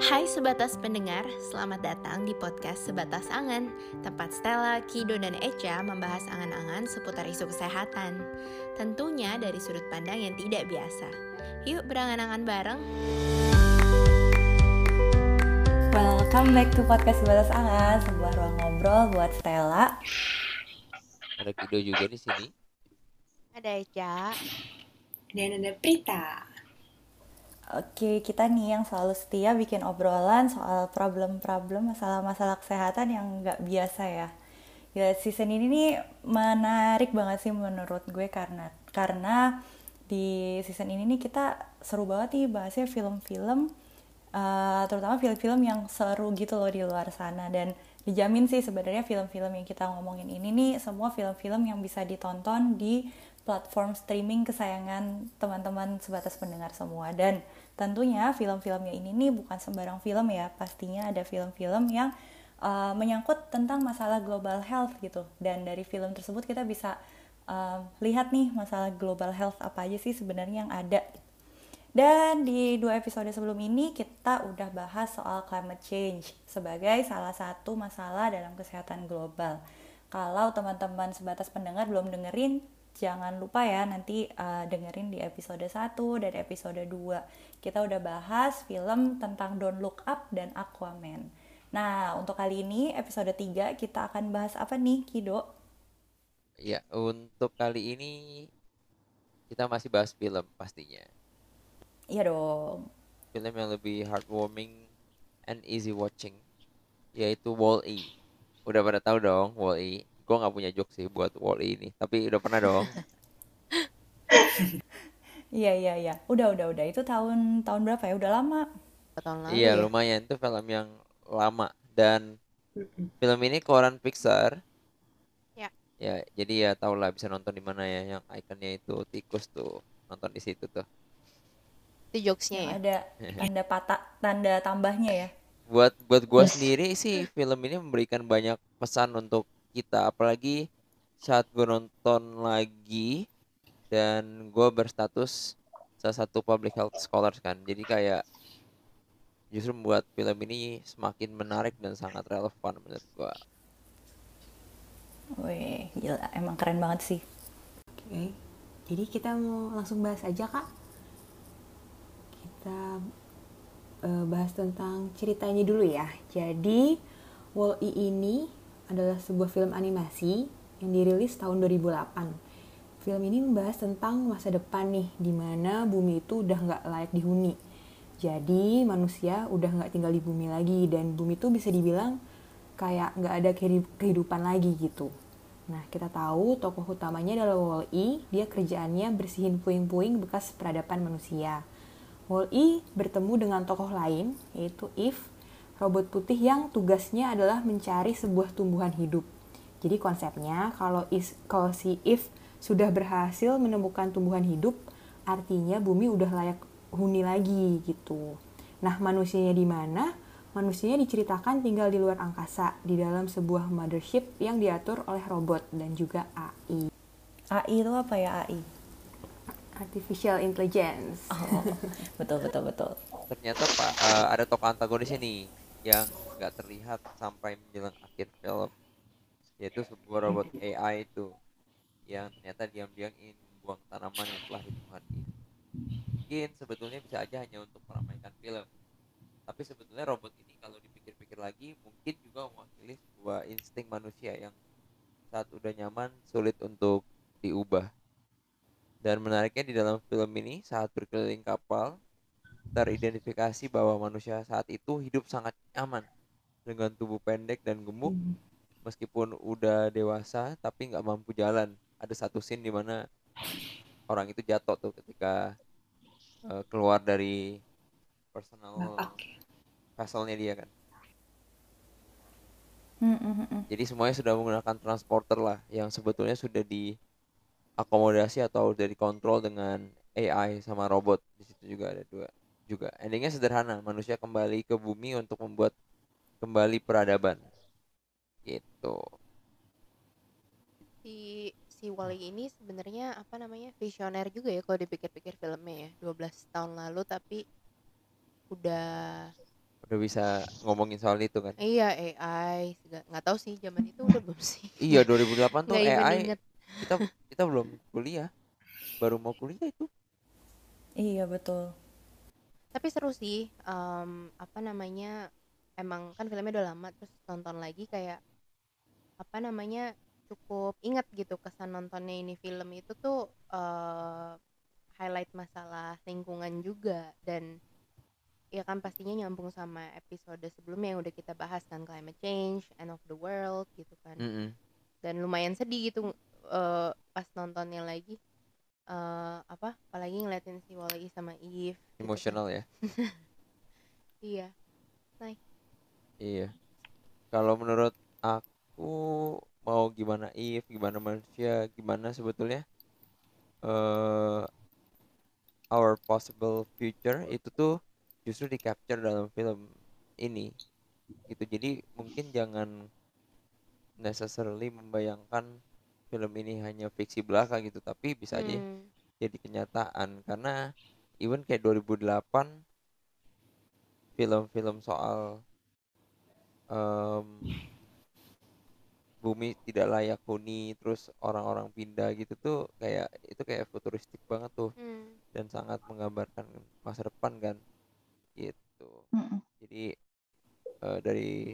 Hai sebatas pendengar, selamat datang di podcast Sebatas Angan. Tempat Stella, Kido, dan Echa membahas angan-angan seputar isu kesehatan. Tentunya dari sudut pandang yang tidak biasa. Yuk berangan-angan bareng. Welcome back to podcast Sebatas Angan, sebuah ruang ngobrol buat Stella. Ada Kido juga di sini. Ada Echa. Dan ada Prita. Oke, kita nih yang selalu setia bikin obrolan soal problem-problem, masalah-masalah kesehatan yang nggak biasa ya. Ya, season ini nih menarik banget sih menurut gue karena di season ini nih kita seru banget nih bahasnya film-film, terutama film-film yang seru gitu loh di luar sana. Dan dijamin sih sebenarnya film-film yang kita ngomongin ini nih semua film-film yang bisa ditonton di platform streaming kesayangan teman-teman sebatas pendengar semua. Dan tentunya film-filmnya ini nih bukan sembarang film ya, pastinya ada film-film yang menyangkut tentang masalah global health gitu. Dan dari film tersebut kita bisa lihat nih masalah global health apa aja sih sebenarnya yang ada. Dan di 2 episode sebelum ini kita udah bahas soal climate change sebagai salah satu masalah dalam kesehatan global. Kalau teman-teman sebatas pendengar belum dengerin, jangan lupa ya nanti dengerin di episode 1 dan episode 2. Kita udah bahas film tentang Don't Look Up dan Aquaman. Nah, untuk kali ini episode 3 kita akan bahas apa nih, Kido? Ya, untuk kali ini kita masih bahas film pastinya. Iya dong. Film yang lebih heartwarming and easy watching, yaitu Wall-E. Udah pada tahu dong Wall-E. Gue nggak punya joke sih buat Wall-E ini, tapi udah pernah dong. Iya. Udah. Itu tahun berapa ya? Udah lama. Tahun lalu Iya, ya. lumayan, itu film yang lama. Dan film ini keluaran Pixar. Ya. Ya, jadi ya tau lah bisa nonton di mana ya. Yang ikonnya itu tikus tuh, nonton di situ tuh. Itu jokesnya Yang ya. ada tanda tambahnya ya. Buat gue Yes. sendiri sih film ini memberikan banyak pesan untuk kita, apalagi saat gue nonton lagi dan gue berstatus salah satu public health scholars kan, jadi kayak justru membuat film ini semakin menarik dan sangat relevan menurut gue. Wih, gila, emang keren banget sih. Oke. Jadi kita mau langsung bahas aja, Kak. Kita bahas tentang ceritanya dulu ya. Jadi, Wall-E ini adalah sebuah film animasi yang dirilis tahun 2008. Film ini membahas tentang masa depan nih, di mana bumi itu udah nggak layak dihuni. Jadi manusia udah nggak tinggal di bumi lagi, dan bumi itu bisa dibilang kayak nggak ada kehidupan lagi gitu. Nah, kita tahu tokoh utamanya adalah Wall-E. Dia kerjaannya bersihin puing-puing bekas peradaban manusia. Wall-E bertemu dengan tokoh lain, yaitu Eve, robot putih yang tugasnya adalah mencari sebuah tumbuhan hidup. Jadi konsepnya, kalau si Eve sudah berhasil menemukan tumbuhan hidup, artinya bumi udah layak huni lagi gitu. Nah, manusianya di mana? Manusianya diceritakan tinggal di luar angkasa, di dalam sebuah mothership yang diatur oleh robot dan juga AI. AI itu apa ya AI? Artificial Intelligence. Oh, betul. Ternyata Pak, ada tokoh antagonis ini yang nggak terlihat sampai menjelang akhir film, yaitu sebuah robot AI itu yang ternyata diam-diam ingin membuang tanaman yang telah ditumbuhkan. Mungkin sebetulnya bisa aja hanya untuk meramaikan film, tapi sebetulnya robot ini kalau dipikir-pikir lagi mungkin juga mewakili sebuah insting manusia yang saat udah nyaman sulit untuk diubah. Dan menariknya di dalam film ini, saat berkeliling kapal teridentifikasi bahwa manusia saat itu hidup sangat nyaman dengan tubuh pendek dan gemuk, meskipun udah dewasa tapi nggak mampu jalan. Ada satu scene di mana orang itu jatuh tuh ketika keluar dari personal vesselnya dia kan. Jadi semuanya sudah menggunakan transporter lah yang sebetulnya sudah diakomodasi atau sudah dikontrol dengan AI sama robot. Di situ juga ada dua. Juga endingnya sederhana, manusia kembali ke bumi untuk membuat kembali peradaban. Gitu. Si Wall-E ini sebenarnya visioner juga ya kalau dipikir-pikir filmnya ya. 12 tahun lalu tapi udah udah bisa ngomongin soal itu kan. Iya, AI, nggak tahu sih zaman itu udah belum sih. Iya 2008 tuh Nggak even AI inget. kita kita belum kuliah, baru mau kuliah itu. Iya betul. Tapi seru sih, apa namanya, emang kan filmnya udah lama, terus tonton lagi kayak apa namanya, cukup ingat gitu kesan nontonnya ini film itu tuh highlight masalah lingkungan juga, dan ya kan pastinya nyambung sama episode sebelumnya yang udah kita bahas kan, climate change, end of the world gitu kan. Mm-mm. Dan lumayan sedih gitu pas nontonnya lagi, apalagi ngeliatin si Wall-E sama Eve gitu kan. Emosional ya. Iya, nice. Iya. Kalau menurut aku mau gimana if, gimana manusia, gimana sebetulnya eh our possible future itu tuh justru di capture dalam film ini gitu. Jadi mungkin jangan necessarily membayangkan film ini hanya fiksi belaka gitu, tapi bisa aja jadi kenyataan karena even kayak 2008 film-film soal em, bumi tidak layak huni terus orang-orang pindah gitu tuh kayak itu kayak futuristik banget tuh dan sangat menggambarkan masa depan kan gitu. Mm-mm. Jadi dari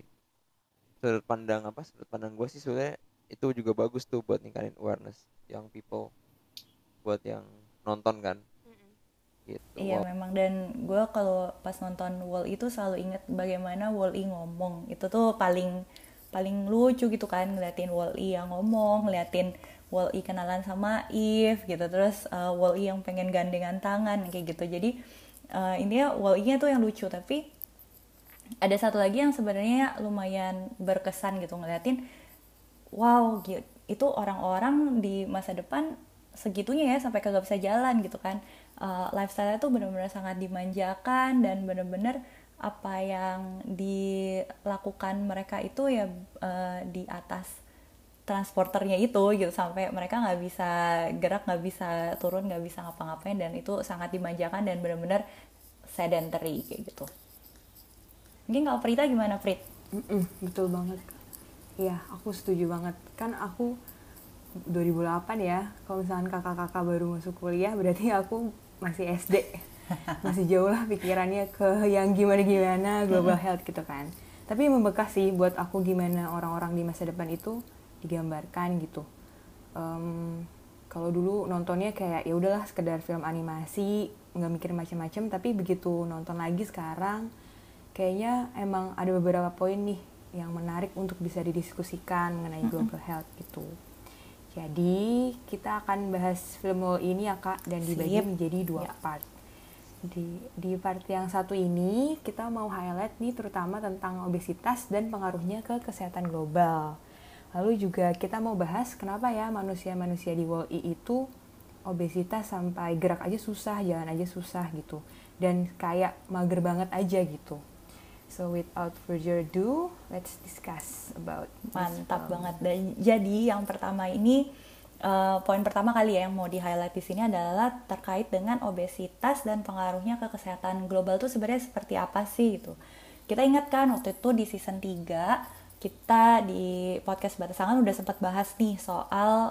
sudut pandang gue sih sebenarnya itu juga bagus tuh buat ningkatin awareness young people, buat yang nonton kan gitu. Iya memang, dan gue kalau pas nonton Wall itu selalu inget bagaimana Wall-E ngomong. Itu tuh paling paling lucu gitu kan, ngeliatin Wall-E yang ngomong, ngeliatin Wall-E kenalan sama Eve gitu, terus Wall-E yang pengen gandengan tangan kayak gitu. Jadi intinya Wall-E-nya tuh yang lucu, tapi ada satu lagi yang sebenarnya lumayan berkesan gitu, ngeliatin wow itu orang-orang di masa depan segitunya ya sampai kagak bisa jalan gitu kan. Lifestyle-nya tuh benar-benar sangat dimanjakan, dan benar-benar apa yang dilakukan mereka itu ya di atas transporternya itu gitu, sampai mereka nggak bisa gerak, nggak bisa turun, nggak bisa ngapa-ngapain, dan itu sangat dimanjakan dan benar-benar sedentary kayak gitu. Mungkin kalau Prita gimana, Prit? Betul banget. Iya, aku setuju banget. Kan aku 2008 ya, kalau misalkan kakak-kakak baru masuk kuliah, berarti aku masih SD. Masih jauh lah pikirannya ke yang gimana-gimana, global health gitu kan. Tapi membekas sih buat aku gimana orang-orang di masa depan itu digambarkan gitu. Kalau dulu nontonnya kayak ya udahlah sekedar film animasi, nggak mikir macam-macam, tapi begitu nonton lagi sekarang, kayaknya emang ada beberapa poin nih yang menarik untuk bisa didiskusikan mengenai global health gitu. Jadi kita akan bahas film Wall ini ya Kak, dan dibagi menjadi 2 part. Di part yang satu ini kita mau highlight nih terutama tentang obesitas dan pengaruhnya ke kesehatan global. Lalu juga kita mau bahas kenapa ya manusia-manusia di Wall-E itu obesitas sampai gerak aja susah, jalan aja susah gitu. Dan kayak mager banget aja gitu. So without further ado, let's discuss about Mantap banget. Dan jadi yang pertama ini poin pertama kali ya yang mau di highlight di sini adalah terkait dengan obesitas dan pengaruhnya ke kesehatan global tuh sebenarnya seperti apa sih gitu. Kita ingat kan waktu itu di season 3 kita di podcast Batasangan udah sempat bahas nih soal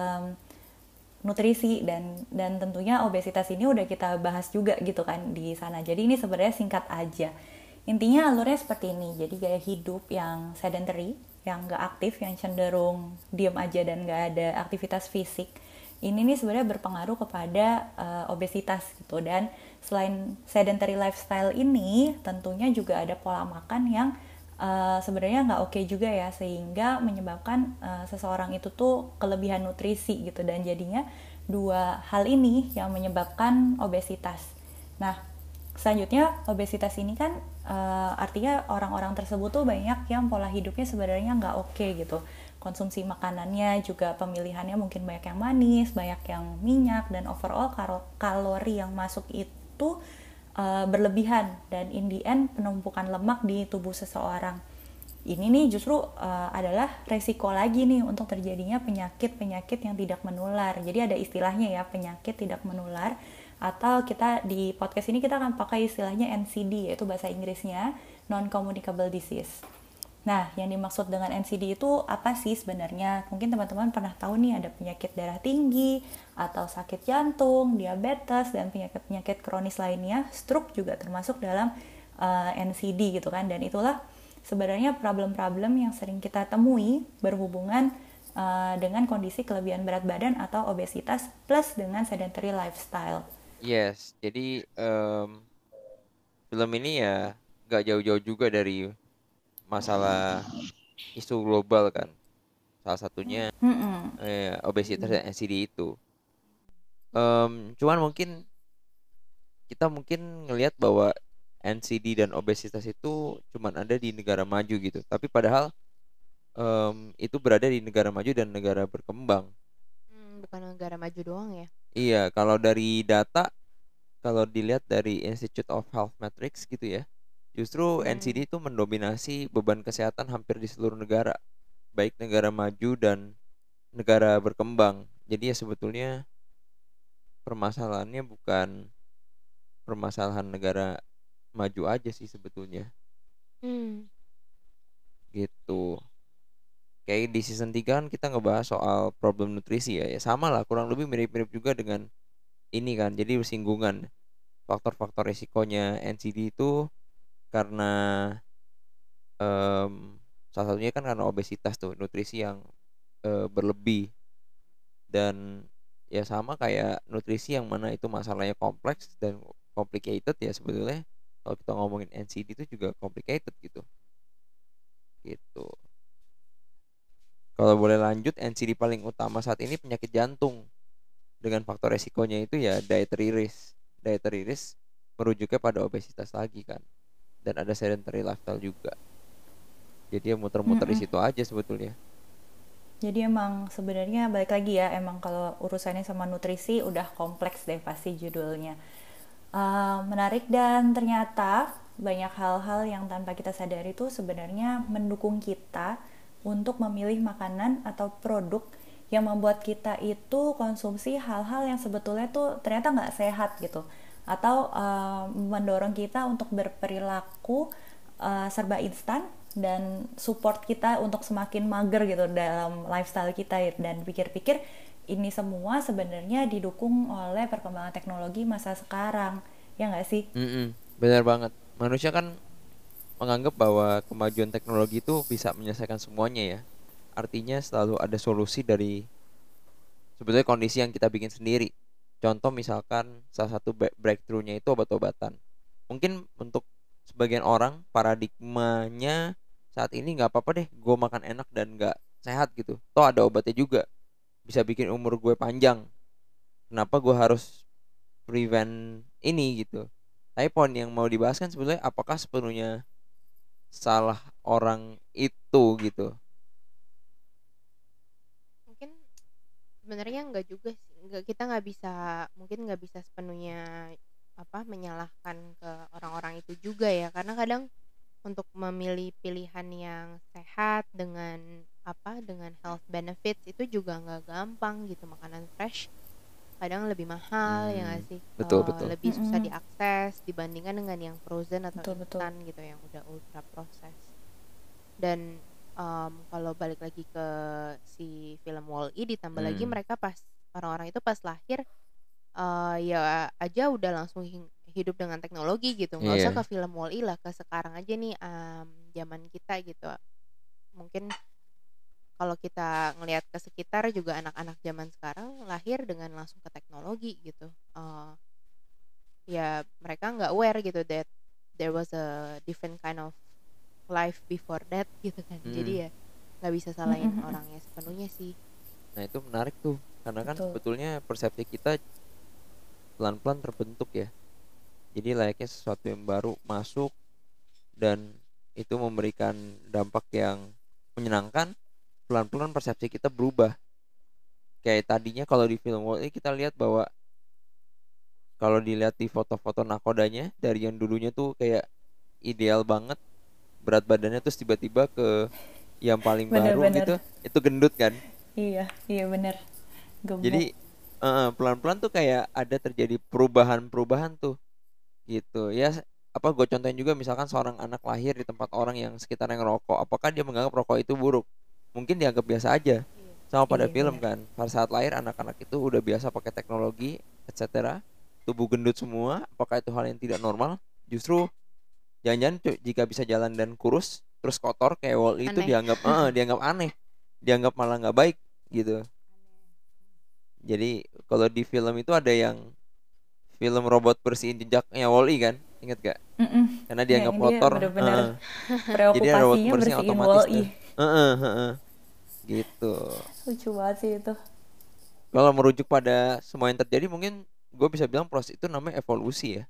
nutrisi, dan tentunya obesitas ini udah kita bahas juga gitu kan di sana. Jadi ini sebenarnya singkat aja. Intinya alurnya seperti ini, jadi gaya hidup yang sedentary, yang gak aktif, yang cenderung diem aja dan gak ada aktivitas fisik, ini nih sebenarnya berpengaruh kepada obesitas gitu. Dan selain sedentary lifestyle ini, tentunya juga ada pola makan yang sebenarnya gak oke juga ya, sehingga menyebabkan seseorang itu tuh kelebihan nutrisi gitu, dan jadinya 2 hal ini yang menyebabkan obesitas. Nah, selanjutnya obesitas ini kan artinya orang-orang tersebut tuh banyak yang pola hidupnya sebenarnya nggak oke gitu. Konsumsi makanannya juga pemilihannya mungkin banyak yang manis, banyak yang minyak, dan overall kalori yang masuk itu berlebihan, dan in the end penumpukan lemak di tubuh seseorang. Ini nih justru adalah resiko lagi nih untuk terjadinya penyakit-penyakit yang tidak menular. Jadi ada istilahnya ya, penyakit tidak menular, atau kita di podcast ini kita akan pakai istilahnya NCD, yaitu bahasa Inggrisnya, non-communicable disease. Nah, yang dimaksud dengan NCD itu apa sih sebenarnya? Mungkin teman-teman pernah tahu nih ada penyakit darah tinggi, atau sakit jantung, diabetes, dan penyakit-penyakit kronis lainnya. Stroke juga termasuk dalam NCD gitu kan. Dan itulah sebenarnya problem-problem yang sering kita temui berhubungan dengan kondisi kelebihan berat badan atau obesitas plus dengan sedentary lifestyle. Yes, jadi film ini ya gak jauh-jauh juga dari masalah isu global kan. Salah satunya obesitas dan NCD itu. Cuman mungkin kita ngelihat bahwa NCD dan obesitas itu cuman ada di negara maju gitu. Tapi padahal itu berada di negara maju dan negara berkembang. Bukan negara maju doang ya. Iya, kalau dari data, kalau dilihat dari Institute of Health Metrics gitu ya, justru NCD itu mendominasi beban kesehatan hampir di seluruh negara, baik negara maju dan negara berkembang. Jadi ya sebetulnya permasalahannya bukan permasalahan negara maju aja sih sebetulnya. Gitu. Kayak di season 3 kan kita ngebahas soal problem nutrisi ya. Ya sama lah, kurang lebih mirip-mirip juga dengan ini kan. Jadi bersinggungan faktor-faktor risikonya NCD itu karena salah satunya kan karena obesitas tuh, nutrisi yang berlebih. Dan ya sama kayak nutrisi yang mana itu masalahnya kompleks dan complicated ya sebetulnya. Kalau kita ngomongin NCD itu juga complicated gitu. Kalau boleh lanjut, NCD paling utama saat ini penyakit jantung. Dengan faktor resikonya itu ya dietary risk. Dietary risk merujuknya pada obesitas lagi kan. Dan ada sedentary lifestyle juga. Jadi ya muter-muter di situ aja sebetulnya. Jadi emang sebenarnya balik lagi ya, emang kalau urusannya sama nutrisi udah kompleks deh pasti judulnya. Menarik, dan ternyata banyak hal-hal yang tanpa kita sadari itu sebenarnya mendukung kita untuk memilih makanan atau produk yang membuat kita itu konsumsi hal-hal yang sebetulnya tuh ternyata nggak sehat gitu, atau mendorong kita untuk berperilaku serba instan dan support kita untuk semakin mager gitu dalam lifestyle kita. Dan pikir-pikir ini semua sebenarnya didukung oleh perkembangan teknologi masa sekarang, ya nggak sih? Benar banget. Manusia kan menganggap bahwa kemajuan teknologi itu bisa menyelesaikan semuanya ya. Artinya selalu ada solusi dari sebetulnya kondisi yang kita bikin sendiri. Contoh misalkan salah satu breakthrough-nya itu obat-obatan. Mungkin untuk sebagian orang paradigmanya saat ini nggak apa-apa deh gue makan enak dan nggak sehat gitu. Toh ada obatnya juga, bisa bikin umur gue panjang. Kenapa gue harus prevent ini gitu? Tapi poin yang mau dibahas kan sebetulnya apakah sepenuhnya salah orang itu gitu. Mungkin sebenarnya nggak juga sih, kita mungkin nggak bisa sepenuhnya menyalahkan ke orang-orang itu juga ya, karena kadang untuk memilih pilihan yang sehat dengan health benefits itu juga nggak gampang gitu. Makanan fresh kadang lebih mahal ya nggak sih, Betul. lebih susah diakses dibandingkan dengan yang frozen atau Betul. instan gitu yang udah ultra proses. Dan kalau balik lagi ke si film Wall-E, ditambah lagi mereka pas orang-orang itu pas lahir ya aja udah langsung hidup dengan teknologi gitu, nggak usah ke film Wall-E lah, ke sekarang aja nih zaman kita gitu. Mungkin kalau kita ngelihat ke sekitar juga anak-anak zaman sekarang lahir dengan langsung ke teknologi gitu. Ya mereka nggak aware gitu that there was a different kind of life before that gitu kan. Jadi ya nggak bisa salahin orangnya sepenuhnya sih. Nah itu menarik tuh, karena kan Betul. sebetulnya persepsi kita pelan-pelan terbentuk ya. Jadi layaknya sesuatu yang baru masuk dan itu memberikan dampak yang menyenangkan, pelan-pelan persepsi kita berubah. Kayak tadinya kalau di film Wall-E kita lihat bahwa kalau dilihat di foto-foto nakodanya dari yang dulunya tuh kayak ideal banget berat badannya, terus tiba-tiba ke yang paling baru gitu itu gendut kan. Iya bener, gemuk. Jadi pelan-pelan tuh kayak ada terjadi perubahan tuh gitu ya. gue contohin juga, misalkan seorang anak lahir di tempat orang yang sekitar yang rokok, apakah dia menganggap rokok itu buruk? Mungkin dianggap biasa aja. Sama pada Iya, film benar. kan, pada saat lahir anak-anak itu udah biasa pakai teknologi, etc. Tubuh gendut semua, apakah itu hal yang tidak normal? Justru jangan-jangan jika bisa jalan dan kurus terus kotor kayak Wall-E itu Aneh. dianggap aneh, dianggap malah nggak baik gitu. Jadi kalau di film itu ada yang film robot bersihin jejaknya Wall-E kan, inget gak? Mm-mm. Karena dianggap Yang dia kotor. bener-bener Jadi ada robot preokupasinya bersih bersihin otomatis Wall-E. tuh. Gitu. Lucu banget sih itu. Kalau merujuk pada semua yang terjadi, mungkin gue bisa bilang proses itu namanya evolusi ya.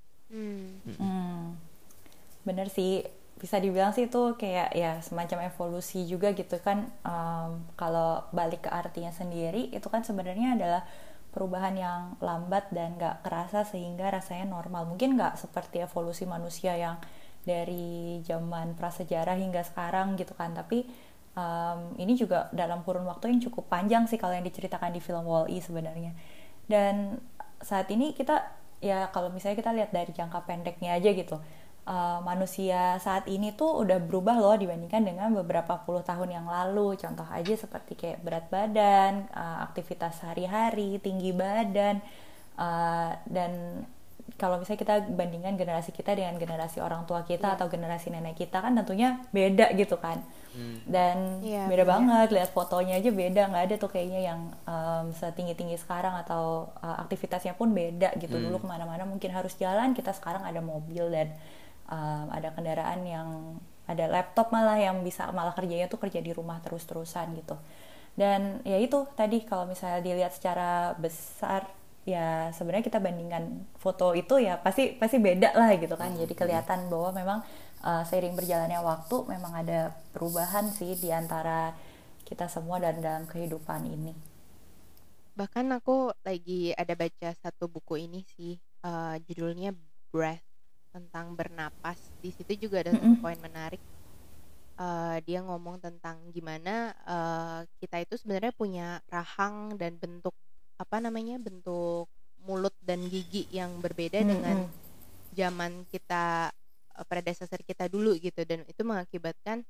Bener sih, bisa dibilang sih itu kayak ya semacam evolusi juga gitu kan. Kalau balik ke artinya sendiri, itu kan sebenarnya adalah perubahan yang lambat dan gak kerasa sehingga rasanya normal. Mungkin gak seperti evolusi manusia yang dari zaman prasejarah hingga sekarang gitu kan, tapi ini juga dalam kurun waktu yang cukup panjang sih kalau yang diceritakan di film Wall-E sebenarnya. Dan saat ini kita, ya kalau misalnya kita lihat dari jangka pendeknya aja gitu, manusia saat ini tuh udah berubah loh dibandingkan dengan beberapa puluh tahun yang lalu. Contoh aja seperti kayak berat badan, aktivitas sehari-hari, tinggi badan, dan kalau misalnya kita bandingkan generasi kita dengan generasi orang tua kita atau generasi nenek kita kan tentunya beda gitu kan. Dan Iya, beda beda. banget, lihat fotonya aja beda, nggak ada tuh kayaknya yang setinggi-tinggi sekarang, atau aktivitasnya pun beda gitu. Dulu kemana-mana mungkin harus jalan, kita sekarang ada mobil dan ada kendaraan yang ada laptop malah yang bisa malah kerjanya tuh kerja di rumah terus-terusan gitu. Dan ya itu tadi kalau misalnya dilihat secara besar ya sebenarnya kita bandingkan foto itu ya pasti beda lah gitu kan. Jadi kelihatan bahwa memang seiring berjalannya waktu memang ada perubahan sih di antara kita semua dan dalam kehidupan ini. Bahkan aku lagi ada baca satu buku ini sih, judulnya Breath, tentang bernapas. Di situ juga ada satu poin menarik. Dia ngomong tentang gimana kita itu sebenarnya punya rahang dan bentuk bentuk mulut dan gigi yang berbeda dengan zaman kita, predecessor kita dulu gitu, dan itu mengakibatkan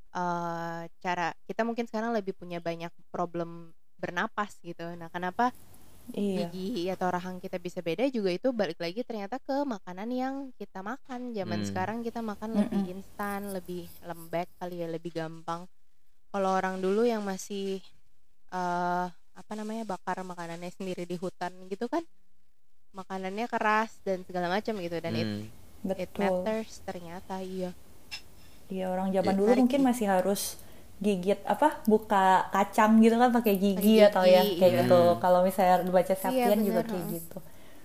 cara kita mungkin sekarang lebih punya banyak problem bernapas gitu. Nah, kenapa Iya. gigi atau rahang kita bisa beda juga itu balik lagi ternyata ke makanan yang kita makan. Zaman sekarang kita makan lebih instan, lebih lembek kali ya, lebih gampang. Kalau orang dulu yang masih bakar makanannya sendiri di hutan gitu kan, makanannya keras dan segala macam gitu, dan it Betul. matters ternyata. Iya. Iya, orang zaman Iya. dulu Menarik mungkin sih. masih harus gigit buka kacang gitu kan pakai gigi Pakai atau ya gigi, kayak iya. gitu. Kalau misalnya baca Sapiens juga benar, kayak gitu.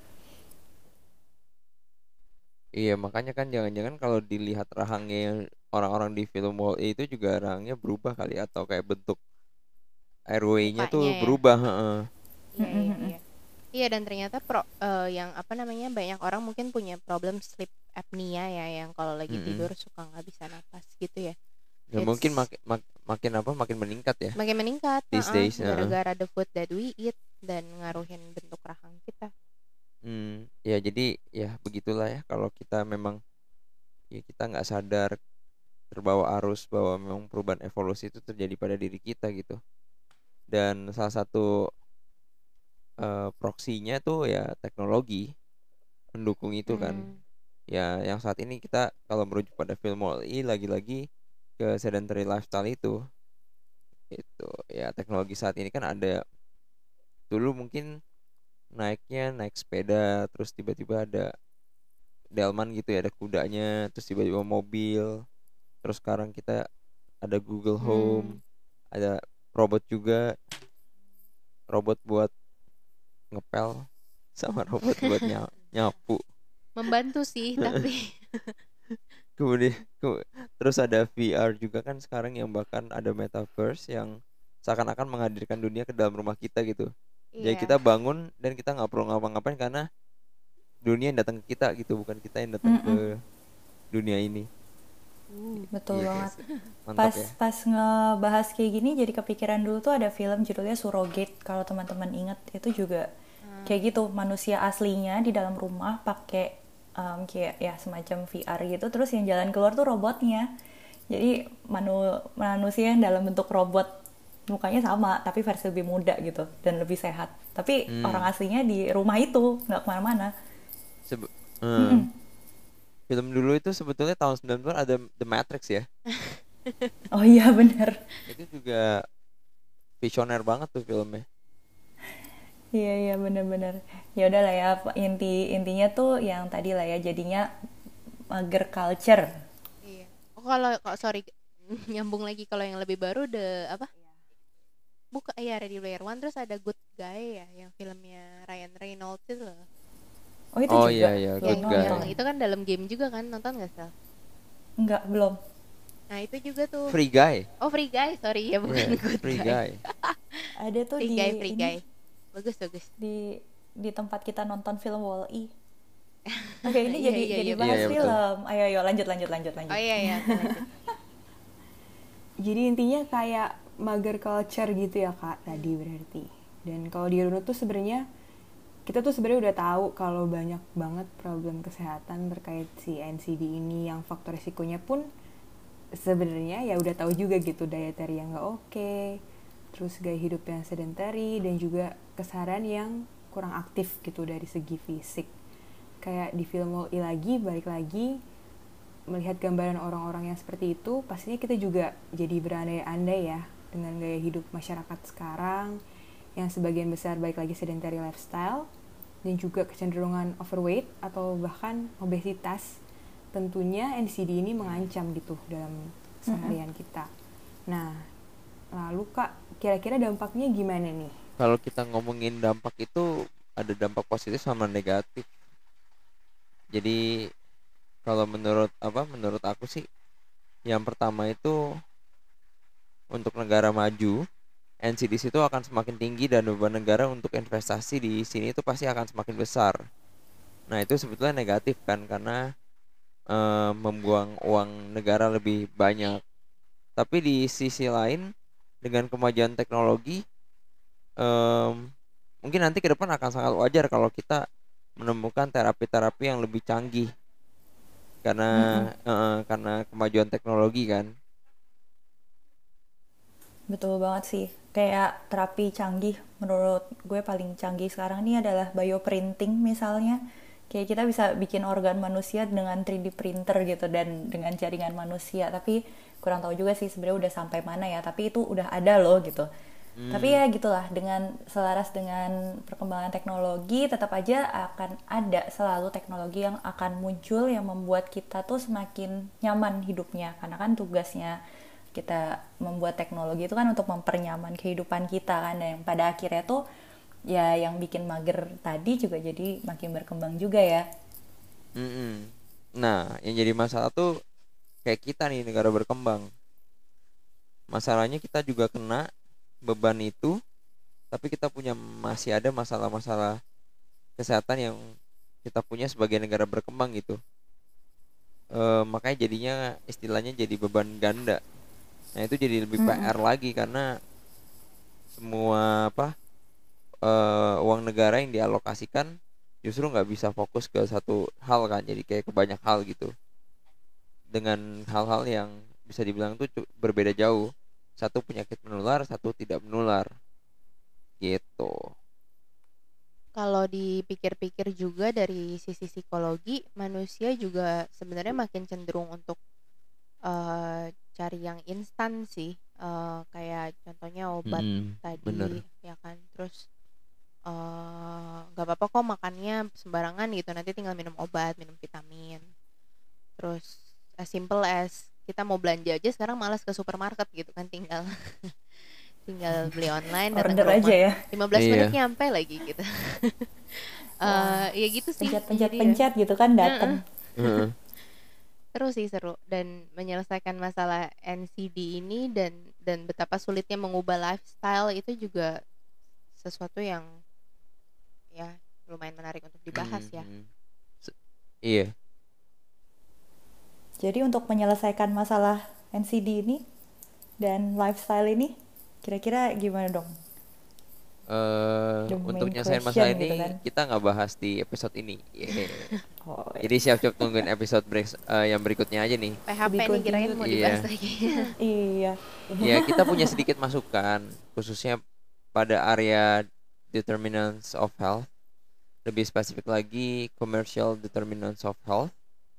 Iya, makanya kan jangan-jangan kalau dilihat rahangnya orang-orang di film Wall-E itu juga rahangnya berubah kali, atau kayak bentuk airway-nya Mukanya tuh ya. berubah. Heeh. Iya. Iya, dan ternyata banyak orang mungkin punya problem sleep apnea ya, yang kalau lagi tidur suka nggak bisa napas gitu ya. Ya It's mungkin makin meningkat ya makin meningkat these days. gara-gara the food that we eat dan ngaruhin bentuk rahang kita. Ya jadi ya begitulah ya, kalau kita memang ya kita nggak sadar terbawa arus bahwa memang perubahan evolusi itu terjadi pada diri kita gitu. Dan salah satu proksinya tuh ya teknologi pendukung itu kan. Ya yang saat ini kita kalau merujuk pada film Wall-E lagi-lagi ke sedentary lifestyle itu ya, teknologi saat ini kan ada. Dulu mungkin naik sepeda, terus tiba-tiba ada delman gitu ya, ada kudanya, terus tiba-tiba mobil, terus sekarang kita ada Google Home, ada robot juga, robot buat ngepel sama robot buat nyapu. Membantu sih tapi Kemudian terus ada VR juga kan sekarang, yang bahkan ada metaverse yang seakan-akan menghadirkan dunia ke dalam rumah kita gitu. Jadi kita bangun dan kita nggak perlu ngapa-ngapain karena dunia yang datang ke kita gitu, bukan kita yang datang ke dunia ini. Betul Gitu. banget. Mantap ya. Pas ngebahas kayak gini jadi kepikiran dulu tuh ada film judulnya Surrogate, kalau teman-teman ingat. Itu juga kayak gitu, manusia aslinya di dalam rumah pakai kayak ya semacam VR gitu, terus yang jalan keluar tuh robotnya. Jadi manusia yang dalam bentuk robot, mukanya sama tapi versi lebih muda gitu dan lebih sehat. Tapi orang aslinya di rumah itu, nggak kemana-mana. Sebe- eh, Film dulu itu sebetulnya tahun 90 ada The Matrix ya. Oh iya bener. Itu juga visioner banget tuh filmnya. Iya iya bener-bener. Ya udah lah ya, intinya tuh yang tadi lah ya, jadinya mager culture. Iya. Oh, kalau sorry nyambung lagi, kalau yang lebih baru apa? Buka ya Ready Player One, terus ada Good Guy ya, yang filmnya Ryan Reynolds itu loh. Oh itu Oh juga. iya iya, Belum Good Guy. nonton. Itu kan dalam game juga kan, nonton nggak Sal? Enggak, belum. Nah itu juga tuh. Free Guy. Oh Free Guy, sorry ya, bukan Yeah, Good Free Guy. Guy. Ada tuh Free di Guy, Free ini, Guy. Bagus. di tempat kita nonton film Wall-E. Oke, ini Iya, jadi iya, jadi iya, bahas betul. film. Ayo lanjut. Oh iya, lanjut. Jadi intinya kayak mager culture gitu ya Kak tadi berarti. Dan kalau dirunut tuh sebenarnya kita tuh sebenarnya udah tahu kalau banyak banget problem kesehatan terkait si NCD ini, yang faktor resikonya pun sebenarnya ya udah tahu juga gitu, dietary yang nggak oke, terus gaya hidup yang sedentary, dan juga keseharian yang kurang aktif gitu dari segi fisik. Kayak di film Wall-E lagi, balik lagi melihat gambaran orang-orang yang seperti itu, pastinya kita juga jadi berandai-andai ya dengan gaya hidup masyarakat sekarang yang sebagian besar balik lagi sedentary lifestyle dan juga kecenderungan overweight atau bahkan obesitas. Tentunya NCD ini mengancam gitu dalam seharian kita. Nah, lalu Kak, kira-kira dampaknya gimana nih? Kalau kita ngomongin dampak itu ada dampak positif sama negatif. Jadi kalau menurut aku sih, yang pertama itu untuk negara maju, NCDs itu akan semakin tinggi dan beban negara untuk investasi di sini itu pasti akan semakin besar. Nah itu sebetulnya negatif kan, karena membuang uang negara lebih banyak. Tapi di sisi lain, dengan kemajuan teknologi, mungkin nanti ke depan akan sangat wajar kalau kita menemukan terapi-terapi yang lebih canggih karena kemajuan teknologi kan. Betul banget sih. Kayak terapi canggih, menurut gue paling canggih sekarang ini adalah bioprinting misalnya. Kayak kita bisa bikin organ manusia dengan 3D printer gitu dan dengan jaringan manusia. Tapi kurang tahu juga sih sebenarnya udah sampai mana ya. Tapi itu udah ada loh gitu. Tapi ya gitulah, dengan selaras dengan perkembangan teknologi, tetap aja akan ada selalu teknologi yang akan muncul yang membuat kita tuh semakin nyaman hidupnya. Karena kan tugasnya kita membuat teknologi itu kan untuk mempernyaman kehidupan kita kan, dan yang pada akhirnya tuh ya yang bikin mager tadi juga jadi makin berkembang juga ya. Mm-mm. Nah yang jadi masalah tuh kayak kita nih, negara berkembang, masalahnya kita juga kena beban itu, tapi kita masih ada masalah-masalah kesehatan yang kita punya sebagai negara berkembang gitu. Makanya jadinya istilahnya jadi beban ganda. Nah itu jadi lebih PR lagi, karena semua uang negara yang dialokasikan justru nggak bisa fokus ke satu hal kan, jadi kayak ke banyak hal gitu, dengan hal-hal yang bisa dibilang tuh berbeda jauh. Satu penyakit menular, satu tidak menular gitu. Kalau dipikir-pikir juga dari sisi psikologi, manusia juga sebenarnya makin cenderung untuk cari yang instan sih, kayak contohnya obat tadi, bener. ya kan. Terus nggak apa-apa kok makannya sembarangan gitu, nanti tinggal minum obat, minum vitamin. Terus as simple as kita mau belanja aja sekarang malas ke supermarket gitu kan, tinggal beli online, datang ke Order rumah aja ya. 15 Iya. menit nyampe lagi gitu. Ya gitu sih. Pencet gitu kan datang. Heeh. Terus sih seru, dan menyelesaikan masalah NCD ini dan betapa sulitnya mengubah lifestyle itu juga sesuatu yang ya lumayan menarik untuk dibahas ya. Iya. Jadi untuk menyelesaikan masalah NCD ini dan lifestyle ini, kira-kira gimana dong? The untuk main nyelesain question masalah gitu ini kan. kita nggak bahas di episode ini. Yeah. Oh, Jadi siap-siap tungguin episode yang berikutnya aja nih. PHP To be nih kirain mau dibahas Iya. lagi. iya. Ya kita punya sedikit masukan khususnya pada area determinants of health. Lebih spesifik lagi commercial determinants of health.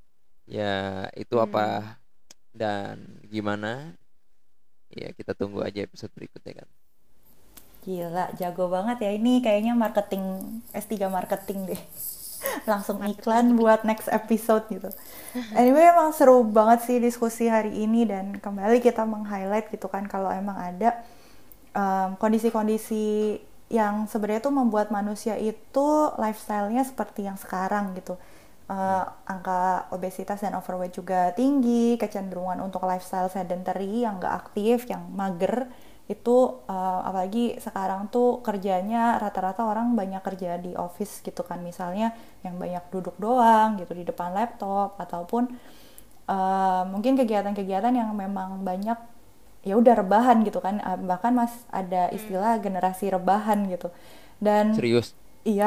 Ya itu apa dan gimana? Ya kita tunggu aja episode berikutnya kan. Gila, jago banget ya. Ini kayaknya marketing, S3 marketing deh. Langsung iklan buat next episode gitu. Anyway, emang seru banget sih diskusi hari ini. Dan kembali kita meng-highlight gitu kan, kalau emang ada kondisi-kondisi yang sebenarnya tuh membuat manusia itu lifestyle-nya seperti yang sekarang gitu. Angka obesitas dan overweight juga tinggi, kecenderungan untuk lifestyle sedentary yang gak aktif, yang mager itu, apalagi sekarang tuh kerjanya rata-rata orang banyak kerja di office gitu kan, misalnya yang banyak duduk doang gitu di depan laptop, ataupun mungkin kegiatan-kegiatan yang memang banyak ya udah rebahan gitu kan, bahkan ada istilah generasi rebahan gitu. Dan Serius? iya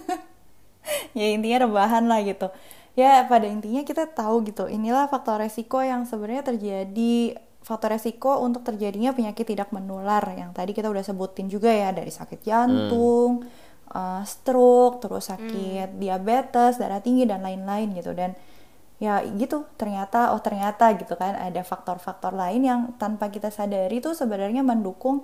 ya intinya rebahan lah gitu. Ya pada intinya kita tahu gitu, inilah faktor resiko yang sebenarnya terjadi, faktor resiko untuk terjadinya penyakit tidak menular yang tadi kita udah sebutin juga ya, dari sakit jantung, stroke, terus sakit diabetes, darah tinggi dan lain-lain gitu. Dan ya gitu, ternyata gitu kan ada faktor-faktor lain yang tanpa kita sadari tuh sebenarnya mendukung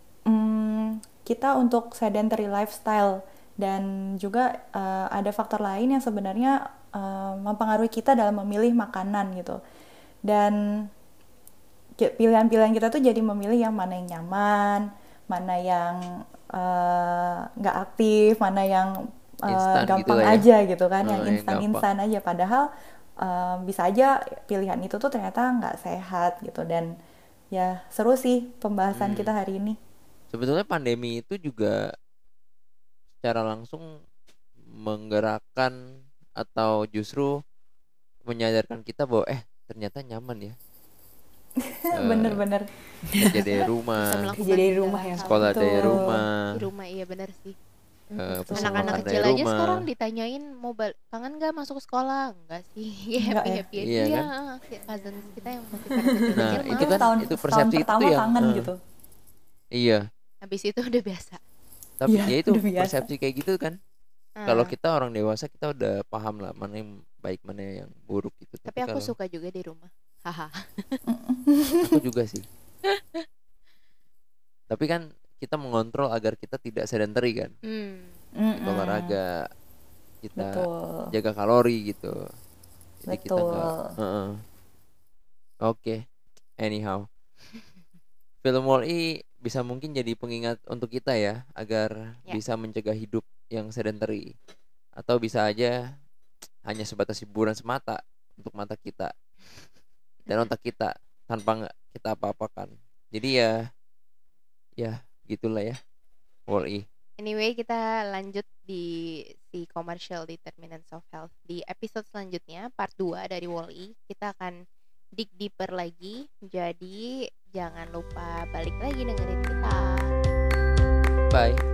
kita untuk sedentary lifestyle. Dan juga ada faktor lain yang sebenarnya mempengaruhi kita dalam memilih makanan gitu. Dan pilihan-pilihan kita tuh jadi memilih yang mana yang nyaman, mana yang nggak aktif, mana yang Instan gampang gitu lah ya. aja gitu kan, yang Yang instan-instan aja. Padahal bisa aja pilihan itu tuh ternyata nggak sehat gitu. Dan ya seru sih pembahasan kita hari ini. Sebetulnya pandemi itu juga secara langsung menggerakkan atau justru menyadarkan kita bahwa ternyata nyaman ya. Bener-bener. Kerja dari Bisa rumah, melakukan Kerja dari segala rumah ya. hal. sekolah dari Betul. rumah, Di rumah, iya benar sih. pesan Anak-anak makan dari kecil aja rumah. sekarang ditanyain kangen gak masuk sekolah? Enggak sih. Enggak ya? Happy Iya aja. kan? Cousins kita yang masih pada kecil-kecil Nah, malah. itu kan setahun itu persepsi itu pertama yang kangen gitu. Iya, Habis itu udah biasa. tapi Iya, ya itu udah biasa. persepsi kayak gitu kan. Kalau kita orang dewasa kita udah paham lah mana yang baik mana yang buruk gitu. Tapi aku kalau suka juga di rumah. Haha. aku juga sih. Tapi kan kita mengontrol agar kita tidak sedentary kan. Kita olahraga, kita Betul. jaga kalori gitu. Jadi kita Betul. nggak. Oke. Anyhow, film Wall-E bisa mungkin jadi pengingat untuk kita ya, agar Ya. bisa mencegah hidup yang sedentary, atau bisa aja hanya sebatas hiburan semata untuk mata kita dan otak kita tanpa kita apa-apakan. Jadi ya gitulah ya Wall-E. Anyway, kita lanjut di si commercial determinants of health. Di episode selanjutnya, part 2 dari Wall-E, kita akan dig deeper lagi. Jadi, jangan lupa balik lagi dengerin kita. Bye.